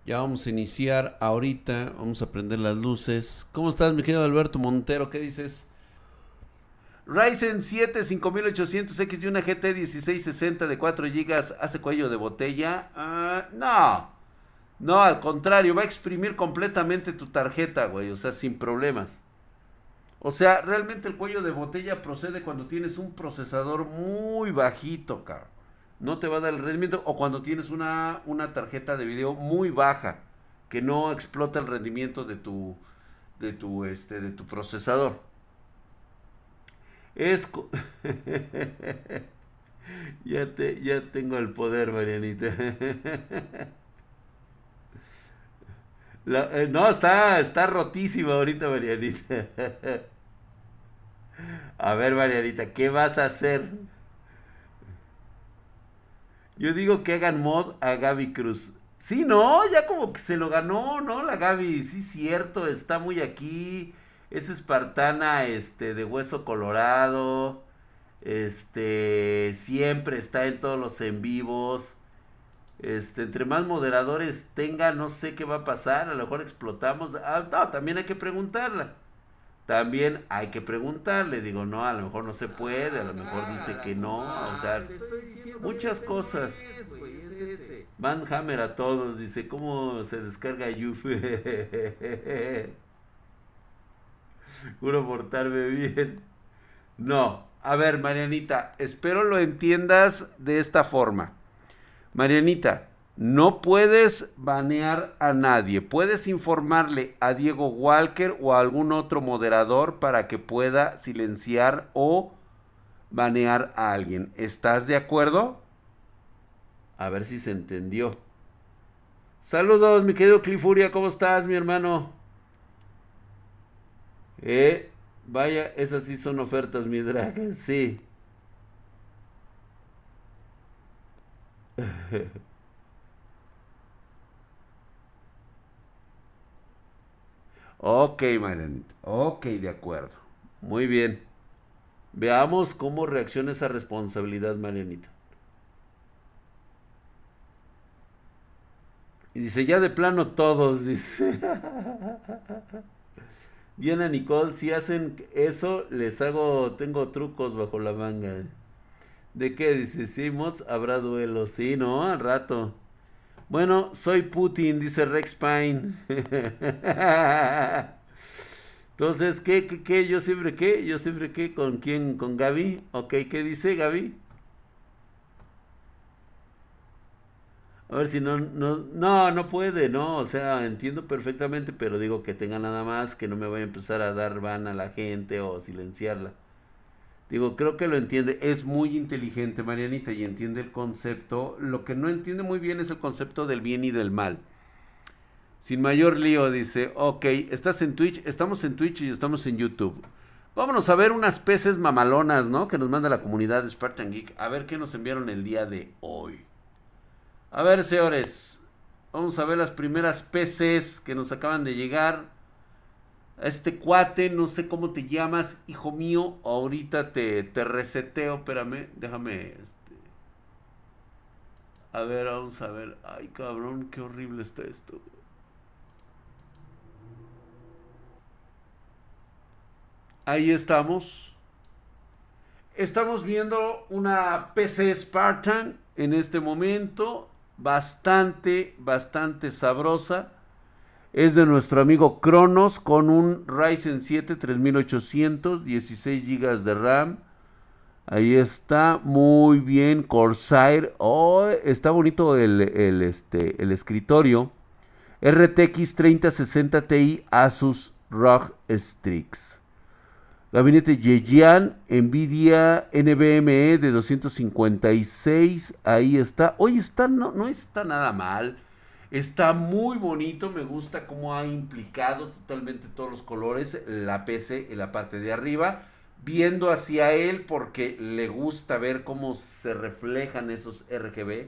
Ya vamos a iniciar ahorita, vamos a prender las luces. ¿Cómo estás, mi querido Alberto Montero? ¿Qué dices? Ryzen 7 5800X y una GT 1660 de 4 gigas hace cuello de botella. No, no, al contrario, va a exprimir completamente tu tarjeta, güey, o sea, sin problemas. O sea, realmente el cuello de botella procede cuando tienes un procesador muy bajito, cabrón. No te va a dar el rendimiento. O cuando tienes una tarjeta de video muy baja, que no explota el rendimiento de tu procesador. Es... ya tengo el poder, Marianita. No, está rotísima ahorita, Marianita. A ver, Marianita, ¿qué vas a hacer? Yo digo que hagan mod a Gaby Cruz. Sí, no, ya como que se lo ganó, ¿no? La Gaby, sí, cierto, está muy aquí. Es espartana, de hueso colorado. Siempre está en todos los en vivos. Entre más moderadores tenga, no sé qué va a pasar. A lo mejor explotamos. No, también hay que preguntarla. También hay que preguntarle. Digo, no, a lo mejor no se puede. A lo mejor dice que no. O sea, muchas cosas. Van Hammer a todos, dice, ¿cómo se descarga Yuffie? Juro portarme bien. No, a ver, Marianita, espero lo entiendas de esta forma. Marianita, no puedes banear a nadie. Puedes informarle a Diego Walker o a algún otro moderador para que pueda silenciar o banear a alguien. ¿Estás de acuerdo? A ver si se entendió. Saludos, mi querido Clifuria, ¿cómo estás, mi hermano? Eh, vaya, esas sí son ofertas, mi drag, sí. Ok, Marianita. Ok, de acuerdo. Muy bien. Veamos cómo reacciona esa responsabilidad, Marianita. Y dice, ya de plano todos, dice. Diana Nicole, si hacen eso, tengo trucos bajo la manga. ¿De qué? Dice, sí, mods, habrá duelos. Sí, ¿no? Al rato. Bueno, soy Putin, dice Rex Pine. Entonces, ¿qué? ¿Yo siempre qué? ¿Yo siempre qué? ¿Con quién? ¿Con Gaby? Ok, ¿qué dice Gaby? A ver si no puede, ¿no? O sea, entiendo perfectamente, pero digo que tenga nada más, que no me vaya a empezar a dar ban a la gente o silenciarla. Digo, creo que lo entiende. Es muy inteligente, Marianita, y entiende el concepto. Lo que no entiende muy bien es el concepto del bien y del mal. Sin mayor lío, dice, ok, estás en Twitch, estamos en Twitch y estamos en YouTube. Vámonos a ver unas peces mamalonas, ¿no? Que nos manda la comunidad de Spartan Geek. A ver qué nos enviaron el día de hoy. A ver, señores, vamos a ver las primeras PCs que nos acaban de llegar. A este cuate, no sé cómo te llamas, hijo mío. Ahorita te reseteo, espérame, déjame. A ver, vamos a ver. Ay, cabrón, qué horrible está esto. Ahí estamos. Estamos viendo una PC Spartan en este momento. Bastante sabrosa. Es de nuestro amigo Cronos con un Ryzen 7 3800, 16 gigas de RAM. Ahí está, muy bien, Corsair. Oh, está bonito el escritorio. RTX 3060 Ti Asus ROG Strix. Gabinete Yejian, Nvidia NVMe de 256. Ahí está. Oye, no está nada mal. Está muy bonito. Me gusta cómo ha implicado totalmente todos los colores. La PC en la parte de arriba. Viendo hacia él porque le gusta ver cómo se reflejan esos RGB.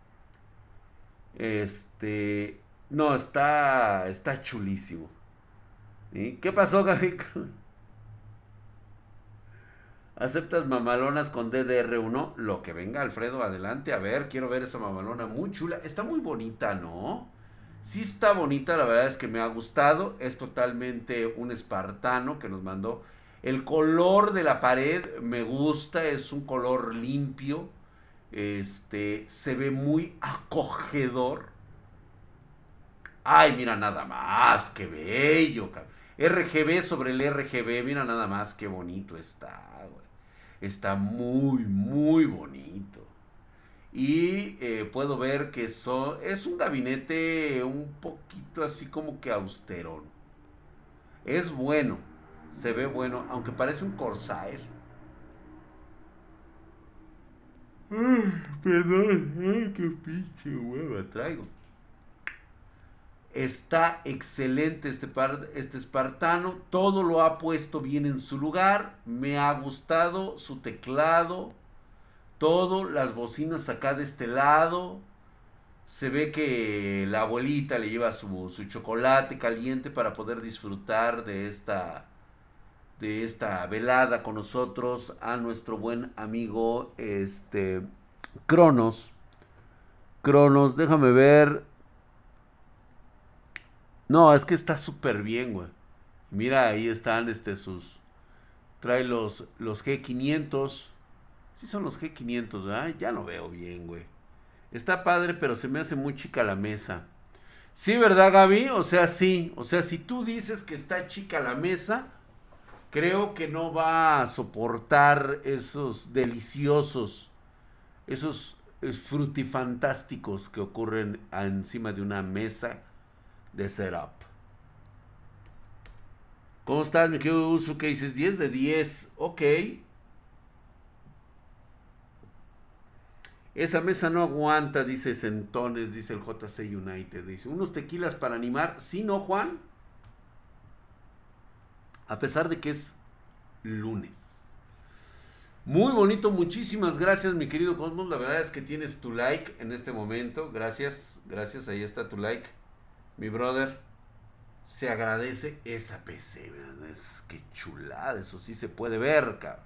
No, está chulísimo. ¿Sí? ¿Qué pasó, Gaby? ¿Aceptas mamalonas con DDR1? Lo que venga, Alfredo, adelante. A ver, quiero ver esa mamalona muy chula. Está muy bonita, ¿no? Sí está bonita, la verdad es que me ha gustado. Es totalmente un espartano que nos mandó. El color de la pared me gusta, es un color limpio. Se ve muy acogedor. Ay, mira nada más, qué bello, cabrón. RGB sobre el RGB, mira nada más qué bonito está, güey. Está muy, muy bonito. Y puedo ver que es un gabinete un poquito así como que austerón. Es bueno, se ve bueno, aunque parece un Corsair. Perdón, qué pinche hueva traigo. Está excelente este espartano. Todo lo ha puesto bien en su lugar. Me ha gustado su teclado. Todo. Las bocinas acá de este lado. Se ve que la abuelita le lleva su chocolate caliente para poder disfrutar de esta velada con nosotros. A nuestro buen amigo Cronos. Cronos, déjame ver. No, es que está súper bien, güey. Mira, ahí están trae los G500. Sí son los G500, ¿verdad? Ya no veo bien, güey. Está padre, pero se me hace muy chica la mesa. Sí, ¿verdad, Gaby? O sea, sí. O sea, si tú dices que está chica la mesa, creo que no va a soportar esos deliciosos, esos frutifantásticos que ocurren encima de una mesa de setup. ¿Cómo estás, mi querido Uso? ¿Qué dices? 10 de 10. Ok. Esa mesa no aguanta, dice Centones, dice el JC United. Dice, unos tequilas para animar. Sí, ¿no, Juan? A pesar de que es lunes. Muy bonito, muchísimas gracias, mi querido Cosmos. La verdad es que tienes tu like en este momento. Gracias, gracias. Ahí está tu like, mi brother. Se agradece esa PC, ¿verdad? Es que chulada, eso sí se puede ver, cabrón.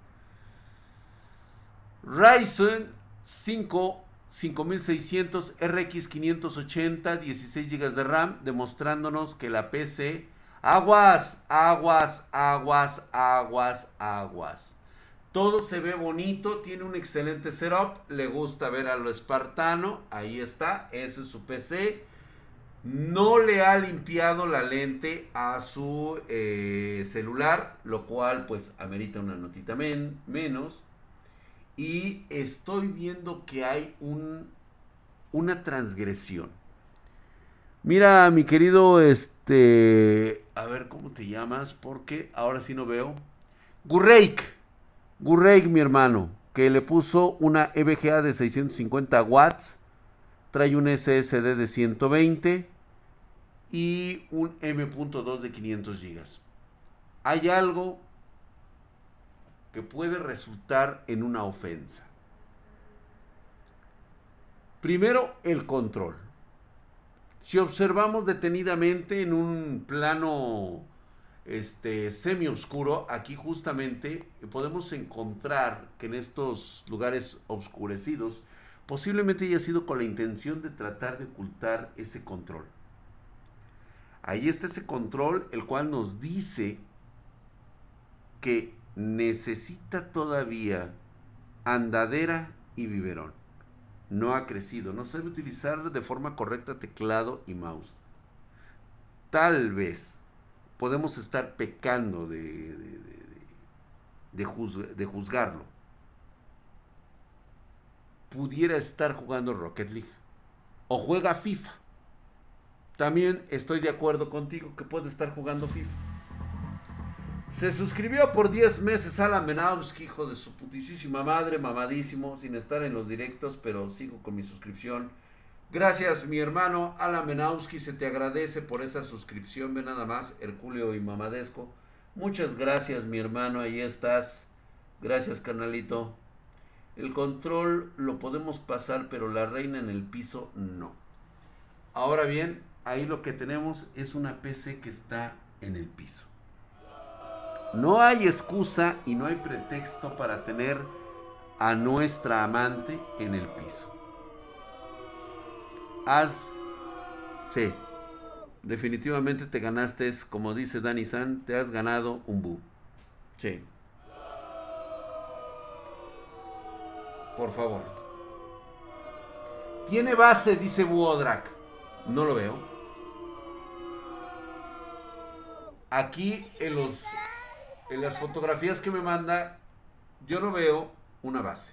Ryzen 5 5600 RX 580, 16 GB de RAM, demostrándonos que la PC... Aguas, aguas, aguas, aguas, aguas. Todo se ve bonito, tiene un excelente setup, le gusta ver a lo espartano, ahí está, ese es su PC. No le ha limpiado la lente a su celular, lo cual pues amerita una notita menos. Y estoy viendo que hay una transgresión. Mira, mi querido, a ver cómo te llamas, porque ahora sí no veo. Gurreik, Gurreik, mi hermano, que le puso una EVGA de 650 watts, trae un SSD de 120 y un M.2 de 500 gigas. Hay algo que puede resultar en una ofensa. Primero, el control. Si observamos detenidamente en un plano semi oscuro, aquí justamente podemos encontrar que en estos lugares oscurecidos posiblemente haya sido con la intención de tratar de ocultar ese control. Ahí está ese control, el cual nos dice que necesita todavía andadera y biberón. No ha crecido, no sabe utilizar de forma correcta teclado y mouse. Tal vez podemos estar pecando de juzgarlo. Pudiera estar jugando Rocket League o juega FIFA. También estoy de acuerdo contigo que puede estar jugando FIFA. Se suscribió por 10 meses Alan Menowski, hijo de su putísima madre, mamadísimo, sin estar en los directos, pero sigo con mi suscripción. Gracias, mi hermano Alan Menowski, se te agradece por esa suscripción, ve nada más, Herculeo y Mamadesco. Muchas gracias, mi hermano, ahí estás. Gracias, carnalito. El control lo podemos pasar, pero la reina en el piso no. Ahora bien, ahí lo que tenemos es una PC que está en el piso. No hay excusa y no hay pretexto para tener a nuestra amante en el piso. Sí. Definitivamente te ganaste, como dice Dani San, te has ganado un bu. Sí, por favor. Tiene base, dice Buodrak. No lo veo. Aquí en las fotografías que me manda, yo no veo una base.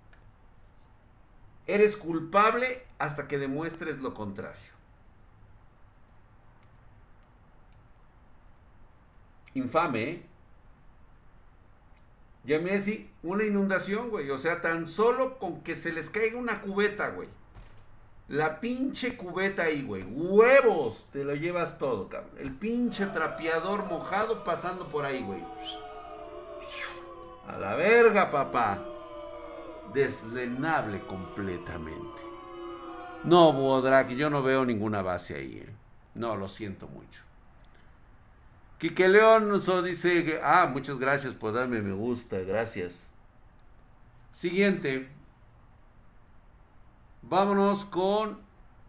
Eres culpable hasta que demuestres lo contrario. Infame, ¿eh? Ya Messi, una inundación, güey. O sea, tan solo con que se les caiga una cubeta, güey. La pinche cubeta ahí, güey. Huevos, te lo llevas todo, cabrón. El pinche trapeador mojado pasando por ahí, güey. A la verga, papá. Deslenable completamente. No, Bodrak, yo no veo ninguna base ahí, eh. No, lo siento mucho. Quique León dice que... Ah, muchas gracias por darme me gusta, gracias. Siguiente. Vámonos con...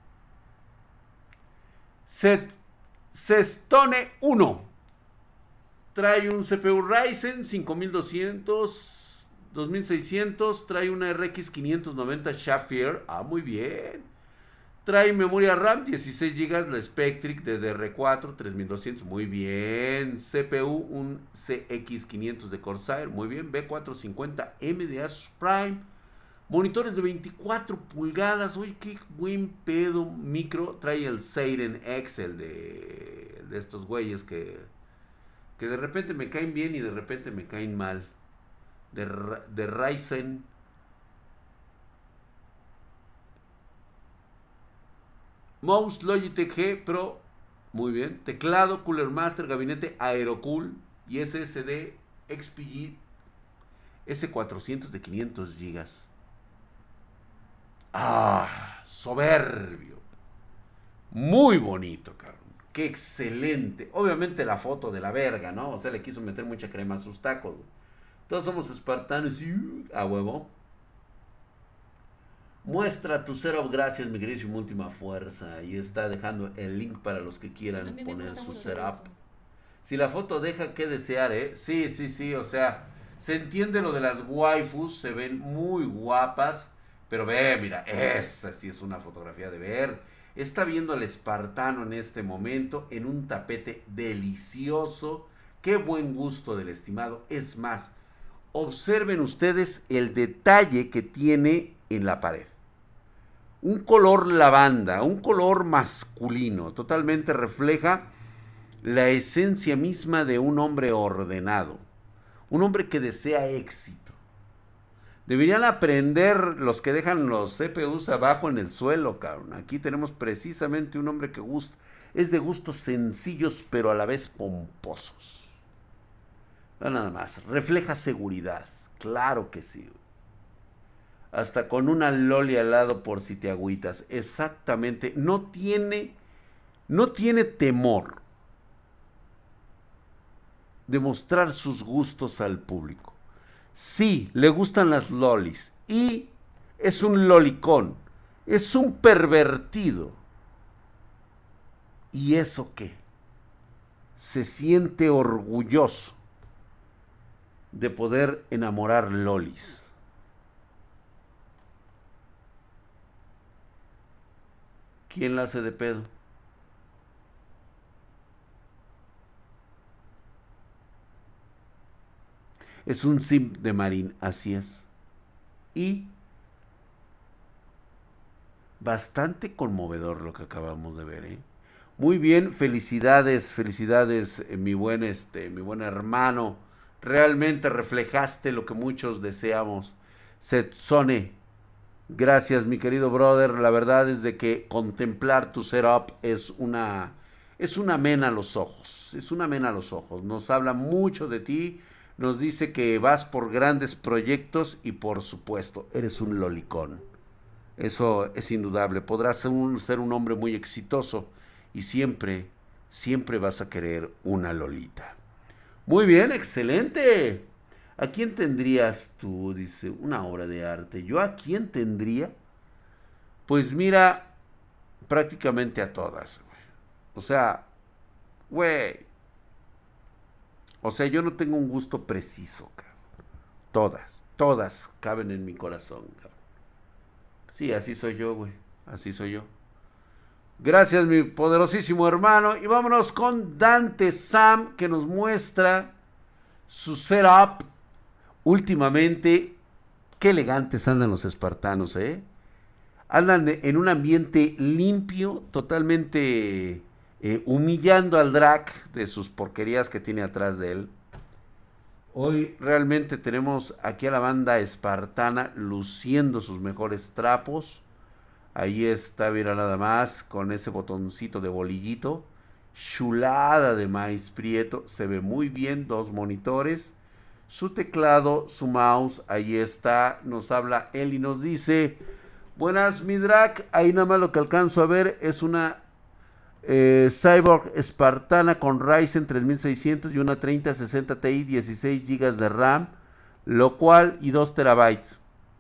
Cestone 1. Trae un CPU Ryzen 5200, 2600. Trae una RX 590 Sapphire. Ah, muy bien. Trae memoria RAM 16 GB, la Spectric DDR4 3200, muy bien. CPU, un CX500 de Corsair, muy bien. B450M de Asus Prime. Monitores de 24 pulgadas, uy, qué buen pedo. Micro, trae el Seiren X, el de estos güeyes que de repente me caen bien y de repente me caen mal. De Ryzen. Mouse Logitech G Pro, muy bien. Teclado Cooler Master, gabinete Aerocool y SSD XPG S400 de 500 GB. Ah, soberbio. Muy bonito, cabrón. Qué excelente. Obviamente la foto de la verga, ¿no? O sea, le quiso meter mucha crema a sus tacos. Todos somos espartanos y a huevo. Muestra tu setup, gracias mi queridísimo Última Fuerza. Ahí está dejando el link para los que quieran poner su setup. Si la foto deja que desear, ¿eh? Sí, sí, sí, o sea, se entiende lo de las waifus, se ven muy guapas, pero ve, mira, esa sí es una fotografía de ver. Está viendo al espartano en este momento en un tapete delicioso. Qué buen gusto del estimado. Es más, observen ustedes el detalle que tiene en la pared. Un color lavanda, un color masculino, totalmente refleja la esencia misma de un hombre ordenado, un hombre que desea éxito. Deberían aprender los que dejan los CPUs abajo en el suelo, cabrón. Aquí tenemos precisamente un hombre que gusta, es de gustos sencillos pero a la vez pomposos. No, nada más, refleja seguridad, claro que sí. Hasta con una loli al lado por si te agüitas. Exactamente. No tiene temor de mostrar sus gustos al público. Sí, le gustan las lolis. Y es un lolicón. Es un pervertido. ¿Y eso qué? Se siente orgulloso de poder enamorar lolis. ¿Quién la hace de pedo? Es un sim de Marín, así es. Y bastante conmovedor lo que acabamos de ver, ¿eh? Muy bien, felicidades, felicidades, mi buen hermano. Realmente reflejaste lo que muchos deseamos. Setsone, gracias, mi querido brother. La verdad es de que contemplar tu setup es una mena a los ojos. Es una mena a los ojos. Nos habla mucho de ti. Nos dice que vas por grandes proyectos y por supuesto, eres un lolicón. Eso es indudable. Podrás ser un hombre muy exitoso y siempre, siempre vas a querer una lolita. Muy bien, excelente. ¿A quién tendrías tú? Dice, una obra de arte. ¿Yo a quién tendría? Pues mira, prácticamente a todas. O sea, güey. O sea, yo no tengo un gusto preciso, cabrón. Todas caben en mi corazón, cabrón. Sí, así soy yo, güey. Así soy yo. Gracias, mi poderosísimo hermano. Y vámonos con Dante Sam, que nos muestra su setup últimamente. Qué elegantes andan los espartanos, ¿eh? Andan en un ambiente limpio, totalmente humillando al Drac de sus porquerías que tiene atrás de él. Hoy realmente tenemos aquí a la banda espartana luciendo sus mejores trapos. Ahí está, mira nada más, con ese botoncito de bolillito. Chulada de maíz prieto. Se ve muy bien, dos monitores. Su teclado, su mouse, ahí está. Nos habla él y nos dice: buenas, mi drag. Ahí nada más lo que alcanzo a ver es una Cyborg Espartana con Ryzen 3600 y una 3060 Ti, 16 GB de RAM, lo cual y 2 terabytes.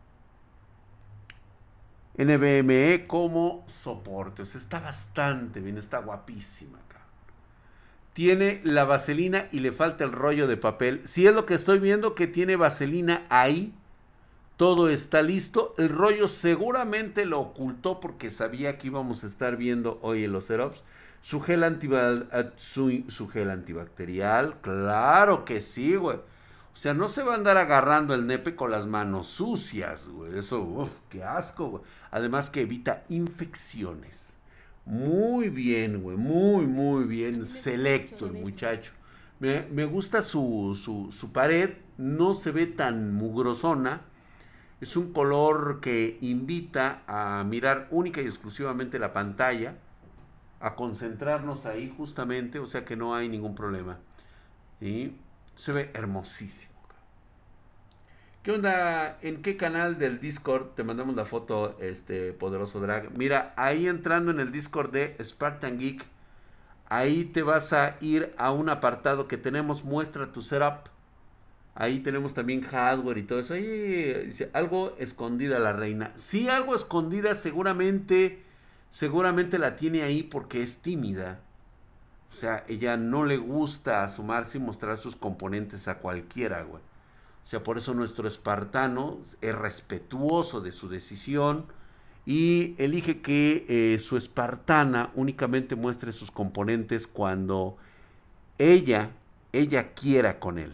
NVMe como soporte. O sea, está bastante bien, está guapísima acá. Tiene la vaselina y le falta el rollo de papel. Si es lo que estoy viendo, que tiene vaselina ahí. Todo está listo. El rollo seguramente lo ocultó porque sabía que íbamos a estar viendo hoy en los setups. Su gel, su gel antibacterial. Claro que sí, güey. O sea, no se va a andar agarrando el nepe con las manos sucias, güey. Eso, uf, qué asco, güey. Además que evita infecciones. Muy bien, güey. Muy bien. Selecto el muchacho. Me gusta su pared. No se ve tan mugrosona. Es un color que invita a mirar única y exclusivamente la pantalla, a concentrarnos ahí justamente, o sea que no hay ningún problema. Y se ve hermosísimo. ¿Qué onda? ¿En qué canal del Discord te mandamos la foto, poderoso drag? Mira, ahí entrando en el Discord de Spartan Geek, ahí te vas a ir a un apartado que tenemos, muestra tu setup. Ahí tenemos también hardware y todo eso. Ahí dice, algo escondida la reina. Sí, algo escondida seguramente la tiene ahí porque es tímida. O sea, ella no le gusta asomarse y mostrar sus componentes a cualquiera, güey. O sea, por eso nuestro espartano es respetuoso de su decisión y elige que su espartana únicamente muestre sus componentes cuando ella, ella quiera con él.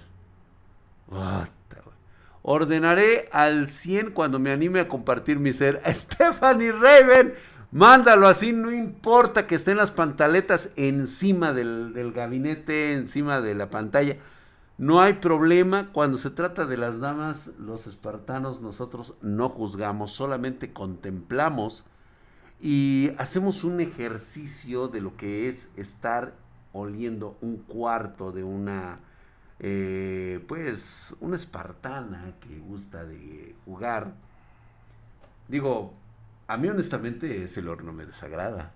Ordenaré al 100 cuando me anime a compartir mi ser. Stephanie Raven, mándalo así, no importa que estén las pantaletas encima del gabinete, encima de la pantalla. No hay problema. Cuando se trata de las damas, los espartanos, nosotros no juzgamos, solamente contemplamos y hacemos un ejercicio de lo que es estar oliendo un cuarto de una pues una espartana que gusta de jugar. Digo, a mí honestamente ese olor no me desagrada.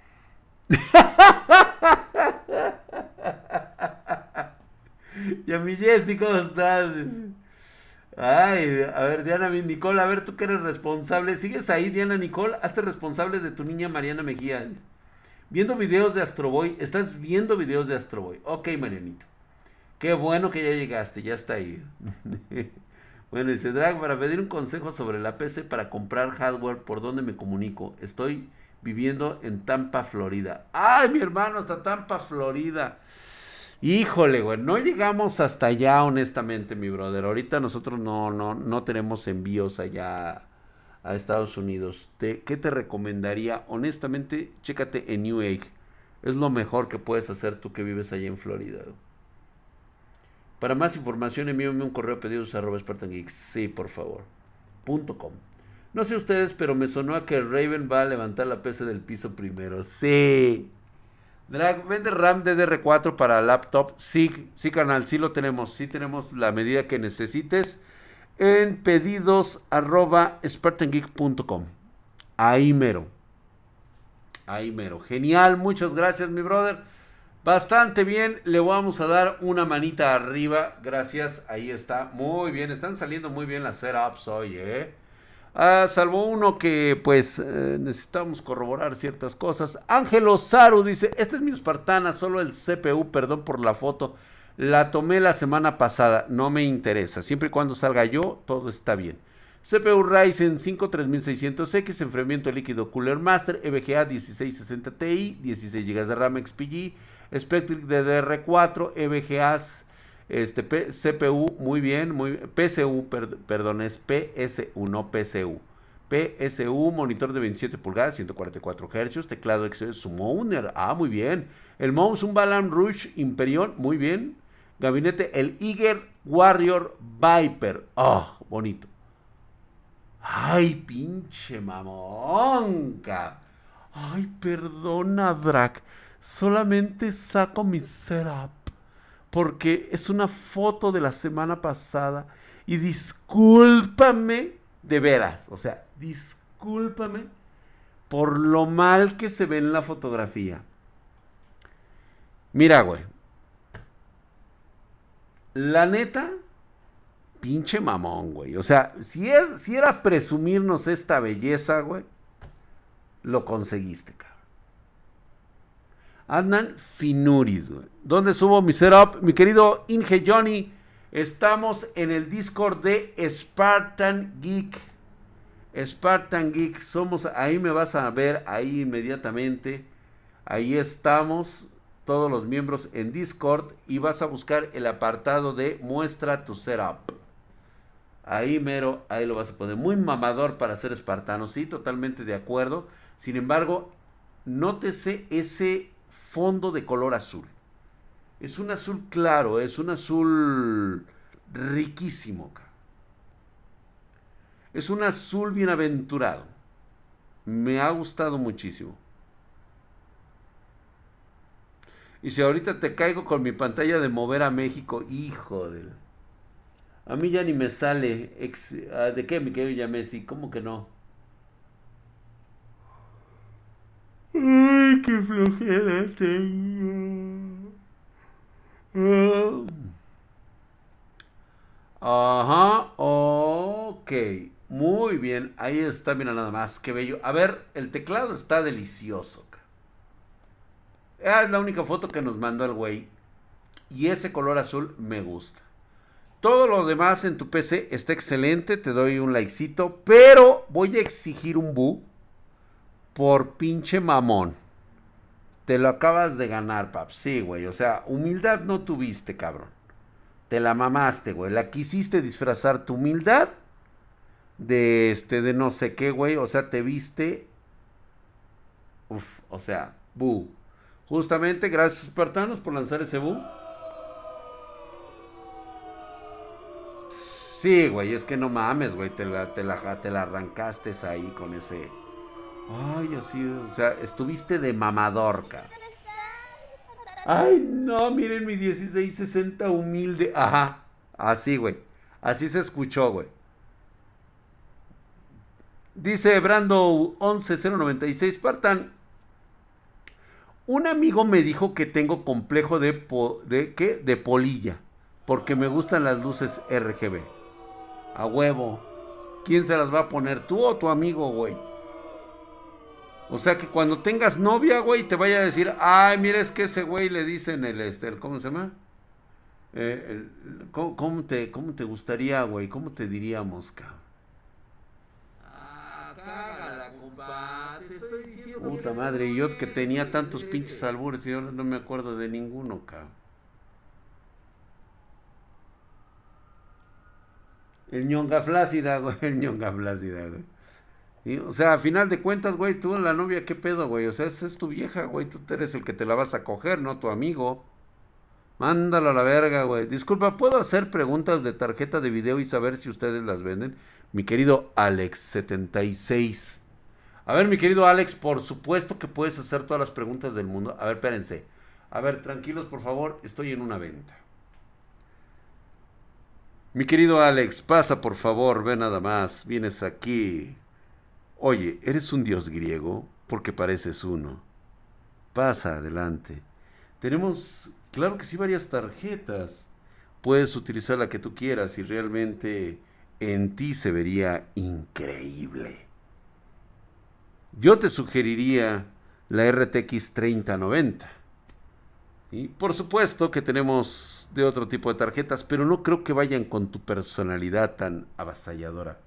Y a mi Jessy, ¿cómo estás? Ay, a ver, Diana Nicole, a ver, tú que eres responsable, ¿sigues ahí, Diana Nicole? Hazte responsable de tu niña Mariana Mejía. Viendo videos de Astroboy, estás viendo videos de Astroboy. Ok, Marianito. Qué bueno que ya llegaste, ya está ahí. Bueno, dice Drag, para pedir un consejo sobre la PC para comprar hardware, ¿por dónde me comunico? Estoy viviendo en Tampa, Florida. ¡Ay, mi hermano, hasta Tampa, Florida! Híjole, güey, no llegamos hasta allá, honestamente, mi brother. Ahorita nosotros no tenemos envíos allá a Estados Unidos. ¿Qué te recomendaría? Honestamente, chécate en Newegg. Es lo mejor que puedes hacer tú que vives allá en Florida. Para más información envíame un correo a pedidos@SpartanGeeks. Sí, por favor. .com. No sé ustedes, pero me sonó a que Raven va a levantar la PC del piso primero. Sí. Drag, ¿vende RAM DDR4 para laptop? Sí, sí, canal, sí lo tenemos. Sí tenemos la medida que necesites en pedidos@spartangeek.com. Ahí mero. Ahí mero. Genial, muchas gracias, mi brother. Bastante bien, le vamos a dar una manita arriba, gracias, ahí está, muy bien, están saliendo muy bien las setups hoy, Salvo uno que pues necesitamos corroborar ciertas cosas. Ángelo Saru dice, esta es mi Espartana, solo el CPU, perdón por la foto. La tomé la semana pasada, no me interesa. Siempre y cuando salga yo, todo está bien. CPU Ryzen 5 3600X, enfriamiento líquido Cooler Master, EVGA 1660 Ti, 16 GB de RAM XPG, Spectric DDR4, EVGAs, CPU, muy bien, PSU, perdón, es PSU, no PCU. PSU, monitor de 27 pulgadas, 144 Hz, teclado Summoner, muy bien. El mouse, un Balan Rouge Imperion, muy bien. Gabinete, el Iger Warrior Viper, bonito. Ay, pinche mamonca. Ay, perdona, Drac. Solamente saco mi setup. Porque es una foto de la semana pasada. Y discúlpame, de veras. O sea, discúlpame por lo mal que se ve en la fotografía. Mira, güey. La neta, pinche mamón, güey. O sea, si era presumirnos esta belleza, güey, lo conseguiste, cabrón. Adnan Finuris, güey. ¿Dónde subo mi setup? Mi querido Inge Johnny, estamos en el Discord de Spartan Geek. Spartan Geek, ahí me vas a ver, ahí inmediatamente. Ahí estamos, todos los miembros en Discord, y vas a buscar el apartado de muestra tu setup. Ahí mero, ahí lo vas a poner. Muy mamador para ser espartano, sí, totalmente de acuerdo. Sin embargo, nótese ese fondo de color azul. Es un azul claro, es un azul riquísimo. Es un azul bienaventurado. Me ha gustado muchísimo. Y si ahorita te caigo con mi pantalla de mover a México, hijo de... A mí ya ni me sale. ¿De qué me quedo ya Messi? ¿Cómo que no? Ay, qué flojera tengo. Ajá, ok. Muy bien, ahí está, mira nada más, qué bello. A ver, el teclado está delicioso. Es la única foto que nos mandó el güey. Y ese color azul me gusta. Todo lo demás en tu PC está excelente, te doy un likecito, pero voy a exigir un bu por pinche mamón. Te lo acabas de ganar, pap. Sí, güey, o sea, humildad no tuviste, cabrón. Te la mamaste, güey. La quisiste disfrazar tu humildad de no sé qué, güey. O sea, te viste. Uf, o sea, bu. Justamente, gracias, espartanos, por lanzar ese bu. Sí, güey, es que no mames, güey. Te la arrancaste ahí con ese. Ay, así, o sea, estuviste de mamador, cabrón. Ay, no, miren mi 1660 humilde. Ajá, así, güey. Así se escuchó, güey. Dice Brando 11096, Spartan. Un amigo me dijo que tengo complejo ¿qué? De polilla. Porque me gustan las luces RGB. A huevo. ¿Quién se las va a poner? ¿Tú o tu amigo, güey? O sea que cuando tengas novia, güey, te vaya a decir, ay, mira, es que ese güey le dicen ¿cómo se llama? ¿Cómo te gustaría, güey? ¿Cómo te diríamos, cabrón? Cágala, compa. Te estoy diciendo. Puta madre, yo que tenía tantos pinches albures y ahora no me acuerdo de ninguno, cabrón. El ñonga flácida, güey. El ñonga flácida, güey. ¿Sí? O sea, a final de cuentas, güey, tú la novia, ¿qué pedo, güey? O sea, esa es tu vieja, güey. Tú eres el que te la vas a coger, no tu amigo. Mándalo a la verga, güey. Disculpa, ¿puedo hacer preguntas de tarjeta de video y saber si ustedes las venden? Mi querido Alex76. A ver, mi querido Alex, por supuesto que puedes hacer todas las preguntas del mundo. A ver, espérense. A ver, tranquilos, por favor, estoy en una venta. Mi querido Alex, pasa por favor, ve nada más. Vienes aquí. Oye, ¿eres un dios griego? Porque pareces uno. Pasa adelante. Tenemos, claro que sí, varias tarjetas. Puedes utilizar la que tú quieras y realmente en ti se vería increíble. Yo te sugeriría la RTX 3090. Y por supuesto que tenemos de otro tipo de tarjetas, pero no creo que vayan con tu personalidad tan avasalladora.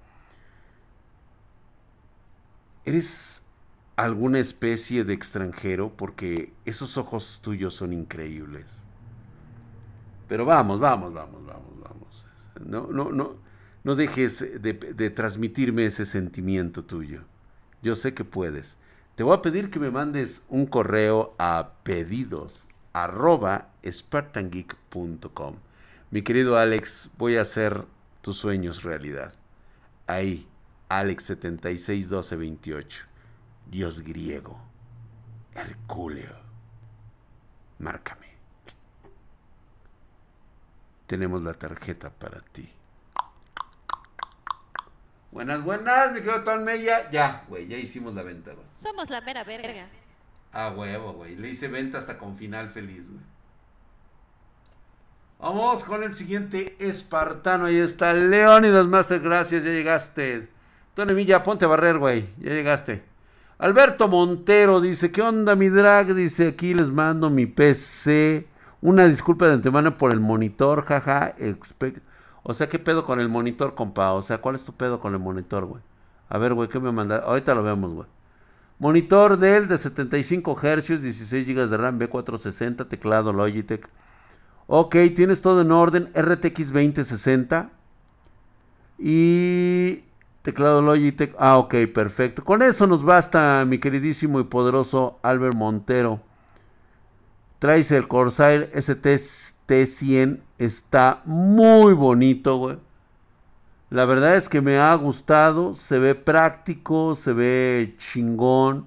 ¿Eres alguna especie de extranjero? Porque esos ojos tuyos son increíbles. Pero vamos, vamos, vamos, vamos, vamos. No, no, no, no dejes de transmitirme ese sentimiento tuyo. Yo sé que puedes. Te voy a pedir que me mandes un correo a pedidos@spartangeek.com. Mi querido Alex, voy a hacer tus sueños realidad. Ahí, Alex 761228. Dios griego. Herculeo. Márcame. Tenemos la tarjeta para ti. Buenas, buenas, mi querido Tom Mella. Ya, güey, ya hicimos la venta, güey. Somos la mera verga. Ah, huevo, güey. Le hice venta hasta con final feliz, güey. Vamos con el siguiente espartano. Ahí está Leonidas Master. Gracias, ya llegaste. Tony Milla, ponte a barrer, güey. Ya llegaste. Alberto Montero dice: ¿qué onda, mi drag? Dice: aquí les mando mi PC. Una disculpa de antemano por el monitor, jaja. O sea, ¿qué pedo con el monitor, compa? O sea, ¿cuál es tu pedo con el monitor, güey? A ver, güey, ¿qué me mandaste? Ahorita lo vemos, güey. Monitor Dell de 75 Hz, 16 GB de RAM, B460, teclado Logitech. Ok, tienes todo en orden. RTX 2060 y teclado Logitech. Ah, ok, perfecto. Con eso nos basta, mi queridísimo y poderoso Albert Montero. Traes el Corsair ST-100. Está muy bonito, güey. La verdad es que me ha gustado. Se ve práctico, se ve chingón.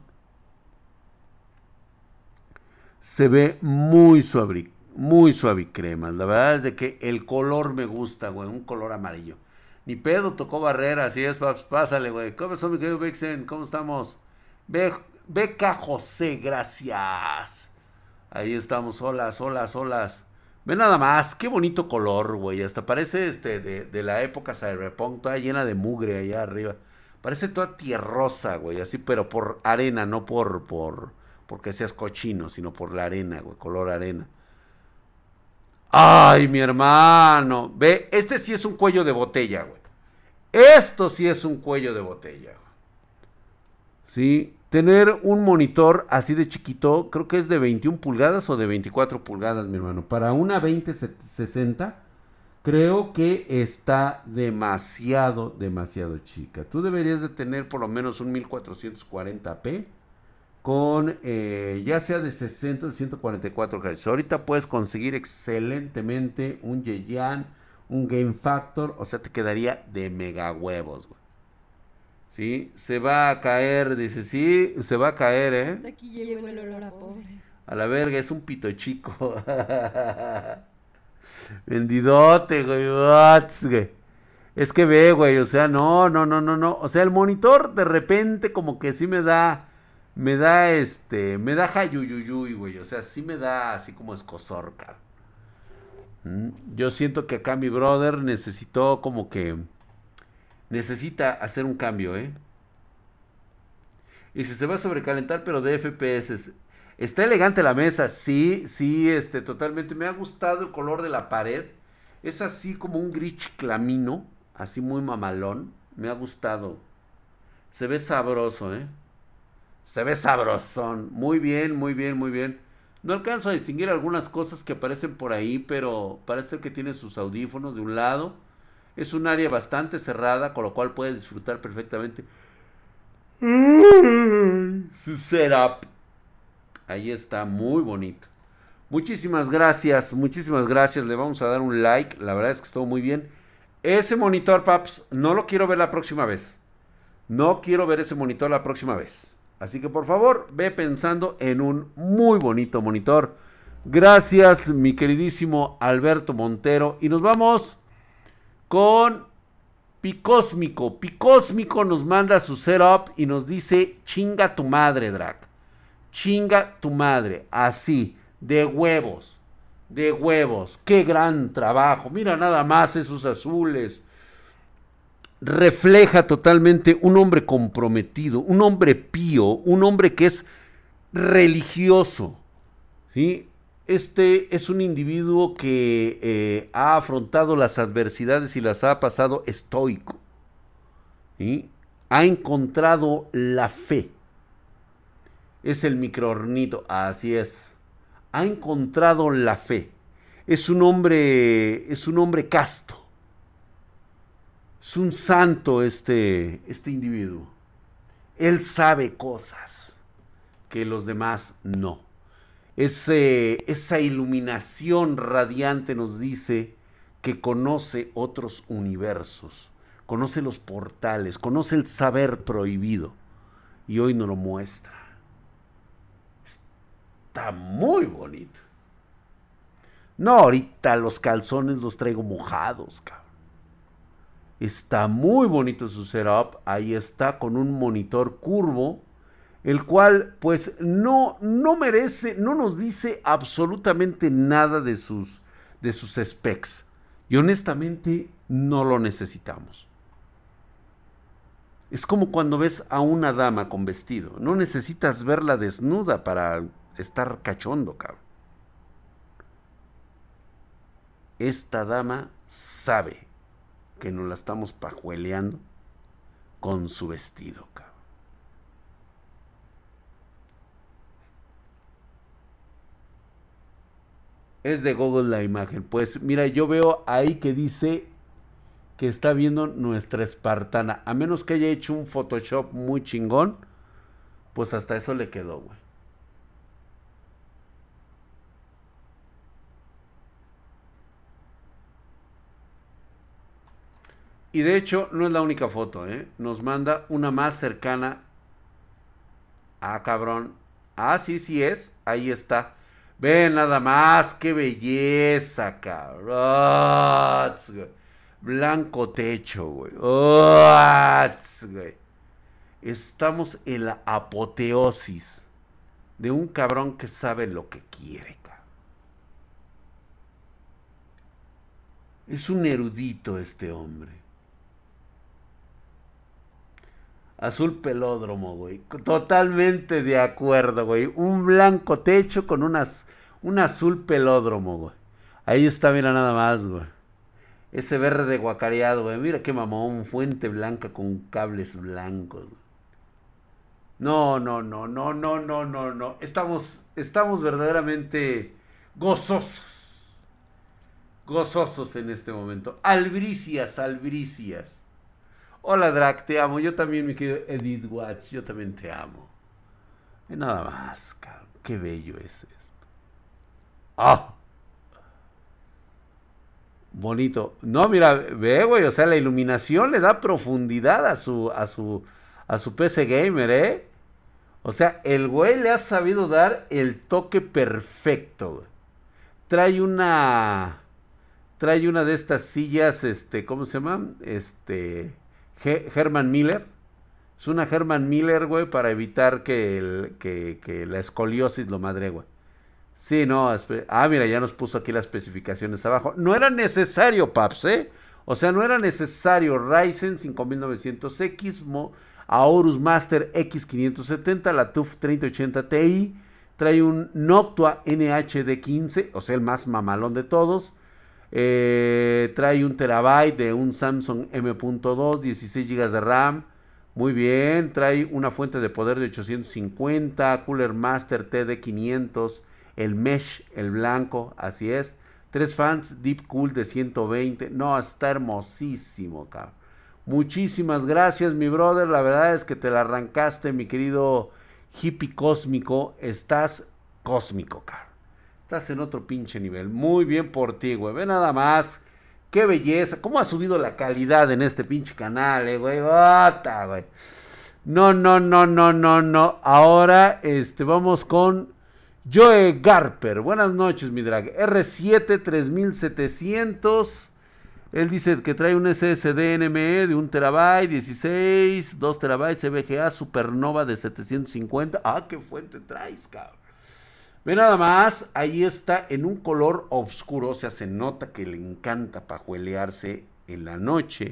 Se ve muy suavicrema. La verdad es de que el color me gusta, güey. Un color amarillo. Ni pedo, tocó barrera. Así es, pásale, güey. ¿Cómo estás, mi querido Vixen? ¿Cómo estamos? Beca José, gracias. Ahí estamos, olas, olas, olas. Ve nada más, qué bonito color, güey. Hasta parece de la época Cyberpunk, toda llena de mugre allá arriba. Parece toda tierrosa, güey, así, pero por arena, no porque seas cochino, sino por la arena, güey, color arena. Ay, mi hermano. Ve, este sí es un cuello de botella, güey. Esto sí es un cuello de botella, güey. Sí, tener un monitor así de chiquito, creo que es de 21 pulgadas o de 24 pulgadas, mi hermano. Para una 2060, creo que está demasiado, demasiado chica. Tú deberías de tener por lo menos un 1440p con ya sea de 60 o de 144 Hz. Ahorita puedes conseguir excelentemente un Yeyan, un Game Factor, o sea, te quedaría de mega huevos, güey. Sí, se va a caer, dice, sí, se va a caer, ¿eh? Hasta aquí llegó el olor a pobre. A la verga, es un pito chico. Vendidote, güey. Güey. Es que ve, güey, o sea, no, no, no, no, no. O sea, el monitor de repente como que sí me da jayuyuyuy, güey. O sea, sí me da así como escozor, cabrón. Yo siento que acá mi brother necesita hacer un cambio, ¿eh? Y si se va a sobrecalentar, pero de FPS. Está elegante la mesa, sí, sí, totalmente. Me ha gustado el color de la pared. Es así como un gris chiclamino, así muy mamalón. Me ha gustado. Se ve sabroso, ¿eh? Se ve sabrosón. Muy bien, muy bien, muy bien. No alcanzo a distinguir algunas cosas que aparecen por ahí, pero parece que tiene sus audífonos de un lado. Es un área bastante cerrada, con lo cual puede disfrutar perfectamente su setup. Ahí está, muy bonito. Muchísimas gracias, muchísimas gracias. Le vamos a dar un like. La verdad es que estuvo muy bien. Ese monitor, paps, no lo quiero ver la próxima vez. No quiero ver ese monitor la próxima vez. Así que por favor, ve pensando en un muy bonito monitor. Gracias, mi queridísimo Alberto Montero. Y nos vamos con Picósmico. Picósmico nos manda su setup y nos dice: chinga tu madre, Drac. Chinga tu madre. Así, de huevos. De huevos. Qué gran trabajo. Mira nada más esos azules. refleja totalmente un hombre comprometido, un hombre pío, un hombre que es religioso, ¿sí? Este es un individuo que ha afrontado las adversidades y las ha pasado estoico, ¿sí? Ha encontrado la fe. Es el microornito, así es. Ha encontrado la fe. Es un hombre casto. Es un santo este individuo. Él sabe cosas que los demás no. Esa iluminación radiante nos dice que conoce otros universos, conoce los portales, conoce el saber prohibido y hoy nos lo muestra. Está muy bonito. No, ahorita los calzones los traigo mojados, cabrón. Está muy bonito su setup. Ahí está con un monitor curvo, el cual pues no merece, no nos dice absolutamente nada de sus specs. Y honestamente no lo necesitamos. Es como cuando ves a una dama con vestido. No necesitas verla desnuda para estar cachondo, cabrón. Esta dama sabe que nos la estamos pajueleando con su vestido, cabrón. Es de Google la imagen. Pues mira, yo veo ahí que dice que está viendo nuestra espartana. A menos que haya hecho un Photoshop muy chingón, pues hasta eso le quedó, güey. Y de hecho, no es la única foto, ¿eh? Nos manda una más cercana. Ah, cabrón. Ah, sí, sí es. Ahí está. Ven nada más. Qué belleza, cabrón. Blanco techo, güey. Güey. Estamos en la apoteosis de un cabrón que sabe lo que quiere, cabrón. Es un erudito este hombre. Azul pelódromo, güey. Totalmente de acuerdo, güey. Un blanco techo con un azul pelódromo, güey. Ahí está, mira nada más, güey. Ese verde guacareado, güey. Mira qué mamón. Fuente blanca con cables blancos, güey. No, no, no, no, no, no, no, no. Estamos verdaderamente gozosos. Gozosos en este momento. Albricias, albricias. Hola Drac, te amo. Yo también, mi querido Edith Watts, yo también te amo. Y nada más, cabrón. Qué bello es esto. ¡Ah! Bonito. No, mira, ve, güey, o sea, la iluminación le da profundidad a su PC Gamer, ¿eh? O sea, el güey le ha sabido dar el toque perfecto, güey. Trae una... Trae una de estas sillas, ¿cómo se llama? Herman Miller. Es una Herman Miller, güey, para evitar que la escoliosis lo madre, güey. Sí, no. Mira, ya nos puso aquí las especificaciones abajo. No era necesario, paps, ¿eh? O sea, no era necesario. Ryzen 5900X, Aorus Master X570, la TUF 3080 Ti. Trae un Noctua NHD15, o sea, el más mamalón de todos. Trae 1 terabyte de un Samsung M.2, 16 GB de RAM. Muy bien. Trae una fuente de poder de 850, Cooler Master TD500, el Mesh, el blanco, así es. 3 fans Deep Cool de 120. No, está hermosísimo, cabrón. Muchísimas gracias, mi brother. La verdad es que te la arrancaste, mi querido hippie cósmico. Estás cósmico, cabrón. Estás en otro pinche nivel. Muy bien por ti, güey. Ve nada más. Qué belleza. ¿Cómo ha subido la calidad en este pinche canal, güey? ¡Bota, güey! No, no, no, no, no, no. Ahora, vamos con Joe Garper. Buenas noches, mi drag. R7 3700. Él dice que trae un SSD NME de 1 terabyte, 16, 2 terabytes VGA Supernova de 750. Ah, qué fuente traes, cabrón. Ve nada más, ahí está en un color oscuro, o sea, se nota que le encanta pajuelearse en la noche.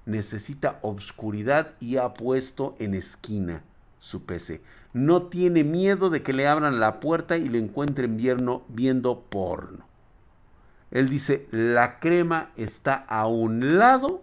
necesita obscuridad y ha puesto en esquina su PC. No tiene miedo de que le abran la puerta y le encuentren viendo porno. Él dice, la crema está a un lado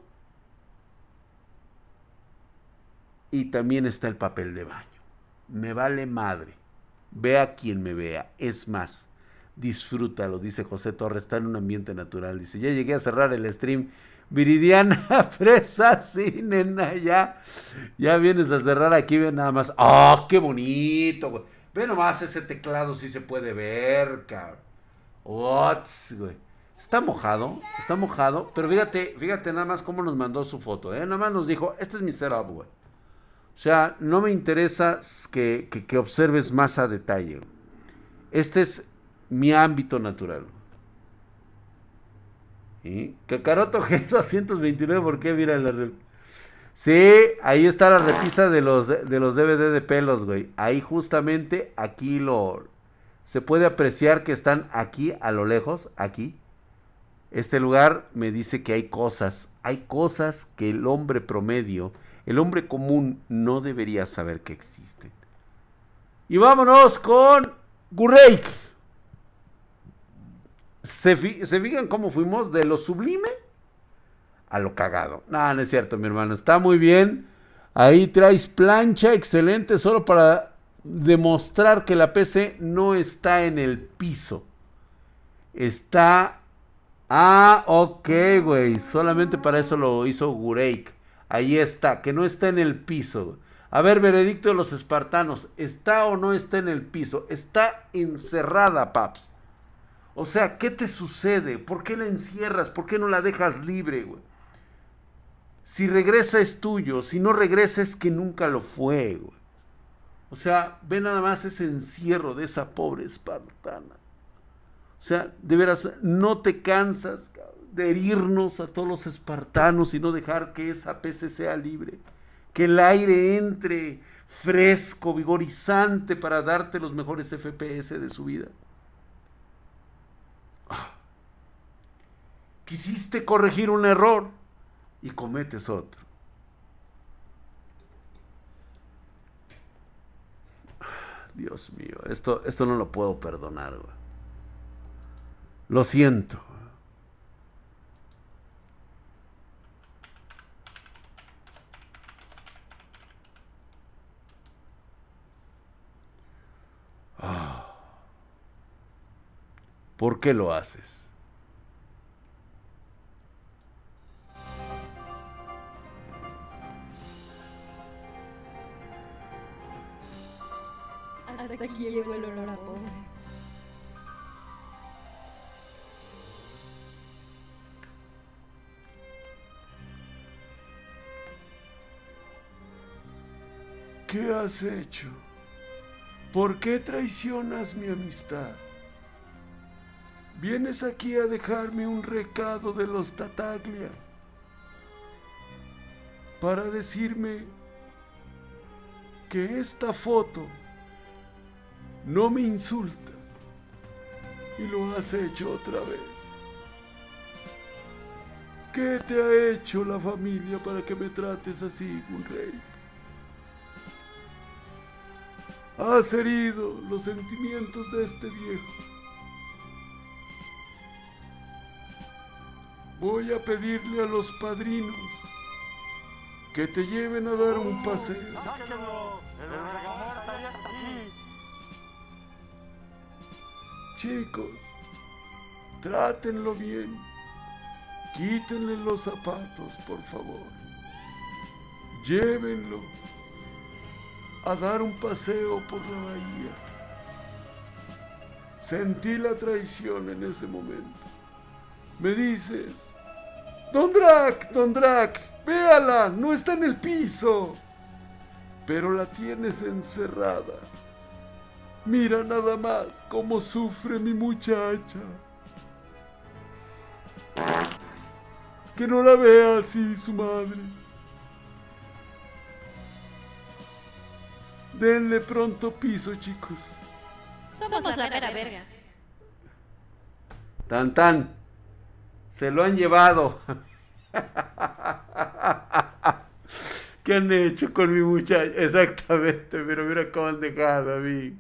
y también está el papel de baño. Me vale madre. Vea quien me vea. Es más, disfrútalo, dice José Torres, está en un ambiente natural. Dice, ya llegué a cerrar el stream. Viridiana Fresa, sí, nena, ya vienes a cerrar aquí, ve nada más. ¡Oh, qué bonito, güey! Ve nomás ese teclado, sí se puede ver, cabrón. Ots, güey. Está mojado, pero fíjate nada más cómo nos mandó su foto, Nada más nos dijo, este es mi setup, güey. O sea, no me interesa que observes más a detalle. Este es mi ámbito natural. ¿Sí? Kakaroto G229, ¿por qué? Mira la... Sí, ahí está la repisa de los DVD de pelos, güey. Ahí justamente, aquí se puede apreciar que están aquí, a lo lejos, aquí. Este lugar me dice que hay cosas que el hombre promedio, el hombre común, no debería saber que existen. Y vámonos con Gurreik. ¿Se fijan cómo fuimos de lo sublime a lo cagado? No, no es cierto, mi hermano. Está muy bien. Ahí traes plancha, excelente, solo para demostrar que la PC no está en el piso. Está... Ah, ok, güey. Solamente para eso lo hizo Gurreik. Ahí está, que no está en el piso. A ver, veredicto de los espartanos. ¿Está o no está en el piso? Está encerrada, paps. O sea, ¿qué te sucede? ¿Por qué la encierras? ¿Por qué no la dejas libre, güey? Si regresa es tuyo, si no regresa es que nunca lo fue, güey. O sea, ve nada más ese encierro de esa pobre espartana. O sea, de veras, no te cansas, cabrón, de herirnos a todos los espartanos y no dejar que esa PC sea libre. Que el aire entre fresco, vigorizante para darte los mejores FPS de su vida. Quisiste corregir un error y cometes otro. Dios mío, esto no lo puedo perdonar, güey. Lo siento. ¿Por qué lo haces? Hasta aquí llegó el olor a pobre. ¿Qué has hecho? ¿Por qué traicionas mi amistad? ¿Vienes aquí a dejarme un recado de los Tataglia? Para decirme que esta foto no me insulta y lo has hecho otra vez. ¿Qué te ha hecho la familia para que me trates así, Gurreik? Has herido los sentimientos de este viejo. Voy a pedirle a los padrinos que te lleven a dar un paseo. ¡Sáquenlo! ¡El vergamuerta ya está aquí! Chicos, trátenlo bien. Quítenle los zapatos, por favor. Llévenlo a dar un paseo por la bahía. Sentí la traición en ese momento. Me dices, Don Drac, véala, no está en el piso. Pero la tienes encerrada. Mira nada más cómo sufre mi muchacha. Que no la vea así su madre. Denle pronto piso, chicos. Somos la mera verga. Tan. Se lo han llevado. ¿Qué han hecho con mi muchacha? Exactamente, pero mira cómo han dejado a mí.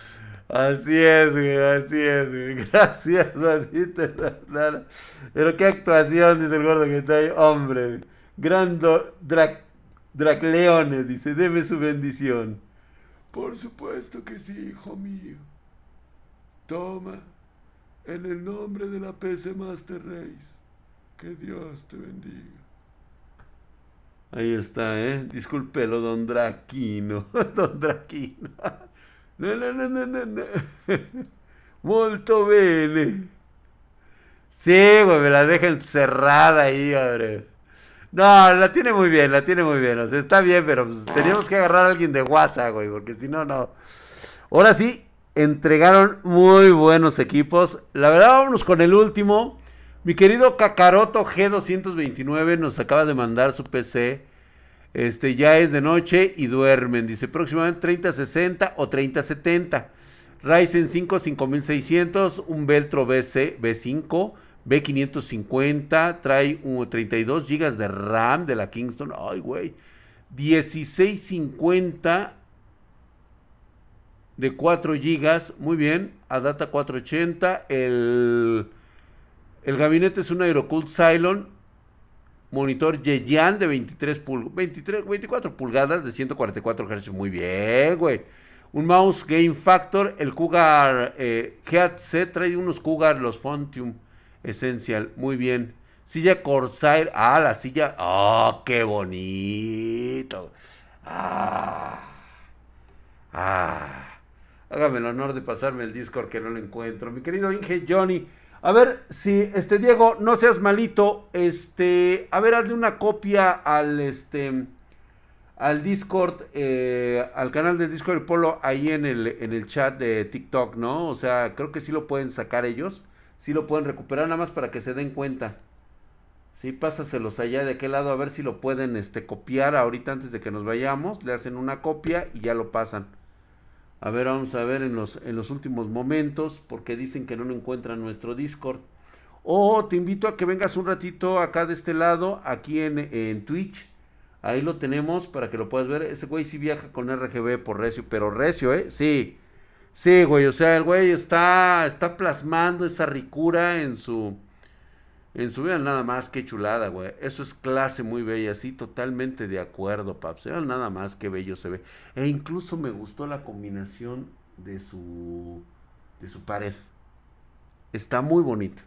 Así es, güey. Gracias, maldita Lara. Pero qué actuación, dice el gordo que está ahí. Hombre, Grando Dracleone, dice, deme su bendición. Por supuesto que sí, hijo mío. Toma, en el nombre de la PC Master Race. Que Dios te bendiga. Ahí está, ¿eh? Discúlpelo, don Draquino. Don Draquino. No, no, no, no, no, no. Molto bene. Sí, güey, me la deja encerrada ahí, hombre. No, la tiene muy bien, la tiene muy bien. O sea, está bien, pero pues, teníamos que agarrar a alguien de WhatsApp, güey, porque si no, no. Ahora sí, entregaron muy buenos equipos. La verdad, vámonos con el último. Mi querido Kakaroto G229 nos acaba de mandar su PC. Ya es de noche y duermen. Dice próximamente 3060 o 3070. Ryzen 5 5600, un Veltro B5, B550, trae 32 GB de RAM de la Kingston. Ay, güey. 1650 de 4 GB. Muy bien. Adata 480. El gabinete es un Aerocool Cylon. Monitor Yeyan de 24 pulgadas de 144 Hz. Muy bien, güey. Un mouse Game Factor. El Cougar Headset. Trae unos Cougar, los Fontium Essential. Muy bien. Silla Corsair. Ah, la silla. Oh, qué bonito. Hágame el honor de pasarme el Discord que no lo encuentro. Mi querido Inge Johnny. A ver, si, Diego, no seas malito, a ver, hazle una copia al Discord, al canal de Discord del Polo, ahí en el chat de TikTok, ¿no? O sea, creo que sí lo pueden sacar ellos, sí lo pueden recuperar, nada más para que se den cuenta. Sí, pásaselos allá de aquel lado, a ver si lo pueden, copiar ahorita antes de que nos vayamos, le hacen una copia y ya lo pasan. A ver, vamos a ver en los últimos momentos, porque dicen que no lo encuentran nuestro Discord. O te invito a que vengas un ratito acá de este lado, aquí en Twitch. Ahí lo tenemos para que lo puedas ver. Ese güey sí viaja con RGB por recio, pero recio, ¿eh? Sí, sí, güey, o sea, el güey está plasmando esa ricura en su vida, nada más, qué chulada, güey. Eso es clase muy bella, sí, totalmente de acuerdo, paps. Vean nada más qué bello se ve. E incluso me gustó la combinación de su pared. Está muy bonito.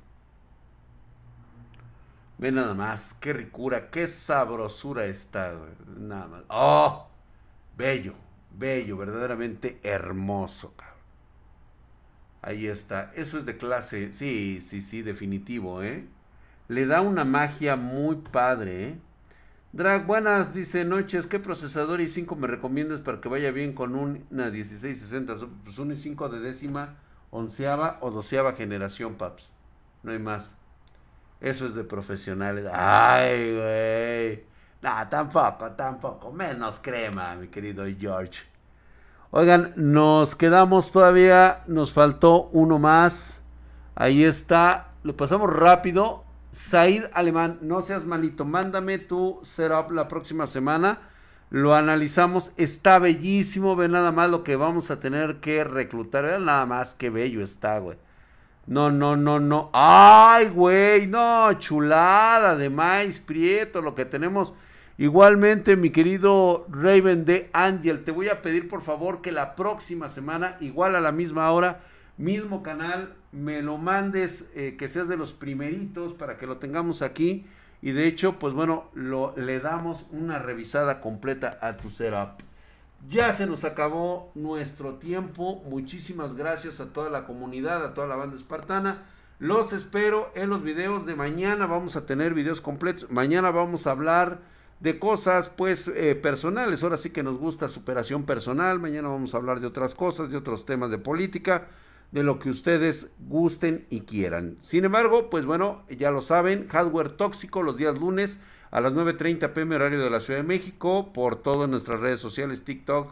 Ve nada más, qué ricura, qué sabrosura está, güey. Nada más. ¡Oh! Bello, bello, verdaderamente hermoso, cabrón. Ahí está. Eso es de clase, sí, sí, sí, definitivo, ¿eh? Le da una magia muy padre, ¿eh? Drag, buenas, dice noches. ¿Qué procesador i5 me recomiendas para que vaya bien con una 1660? Pues un i5 de 10ª, 11ª o 12ª generación, paps. No hay más. Eso es de profesionales. Ay, güey. No, tampoco. Menos crema, mi querido George. Oigan, nos quedamos todavía. Nos faltó uno más. Ahí está. Lo pasamos rápido. Said Alemán, no seas malito, mándame tu setup la próxima semana, lo analizamos, está bellísimo, ve nada más lo que vamos a tener que reclutar, vean nada más qué bello está, güey. No, ay, güey, no, chulada de maíz prieto, lo que tenemos. Igualmente, mi querido Raven de Angel, te voy a pedir por favor que la próxima semana, igual a la misma hora, mismo canal, me lo mandes, que seas de los primeritos para que lo tengamos aquí. Y de hecho, pues bueno, le damos una revisada completa a tu setup. Ya se nos acabó nuestro tiempo. Muchísimas gracias a toda la comunidad, a toda la banda espartana. Los espero en los videos de mañana. Vamos a tener videos completos. Mañana vamos a hablar de cosas pues personales. Ahora sí que nos gusta superación personal. Mañana vamos a hablar de otras cosas, de otros temas de política, de lo que ustedes gusten y quieran. Sin embargo, pues bueno, ya lo saben, Hardware Tóxico los días lunes a las 9:30 p.m. horario de la Ciudad de México, por todas nuestras redes sociales, TikTok,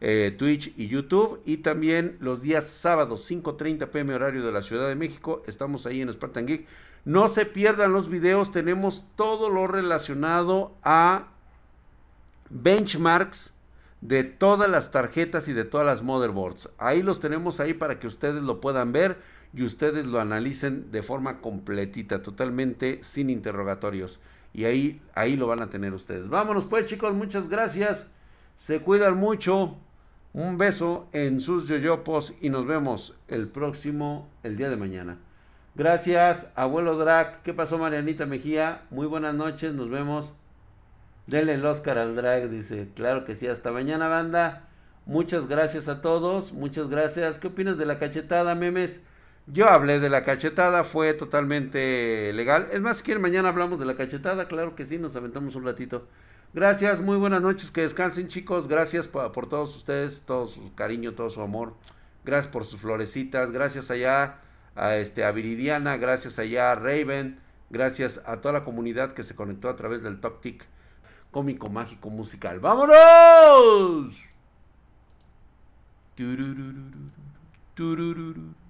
Twitch y YouTube. Y también los días sábados 5:30 p.m. horario de la Ciudad de México. Estamos ahí en Spartan Geek. No se pierdan los videos. Tenemos todo lo relacionado a benchmarks de todas las tarjetas y de todas las motherboards. Ahí los tenemos ahí para que ustedes lo puedan ver y ustedes lo analicen de forma completita, totalmente sin interrogatorios. Y ahí lo van a tener ustedes. Vámonos pues, chicos, muchas gracias. Se cuidan mucho. Un beso en sus yoyopos y nos vemos el día de mañana. Gracias, abuelo Drac. ¿Qué pasó, Marianita Mejía? Muy buenas noches, nos vemos. Denle el Oscar al Drag, dice. Claro que sí, hasta mañana, banda. Muchas gracias a todos, muchas gracias. ¿Qué opinas de la cachetada, memes? Yo hablé de la cachetada, fue totalmente legal. Es más, si quieren, mañana hablamos de la cachetada. Claro que sí, nos aventamos un ratito. Gracias, muy buenas noches, que descansen, chicos. Gracias por todos ustedes, todo su cariño, todo su amor. Gracias por sus florecitas. Gracias allá a Viridiana, gracias allá a Raven. Gracias a toda la comunidad que se conectó a través del TokTik cómico, mágico, musical. ¡Vámonos! Tururururu, turururu.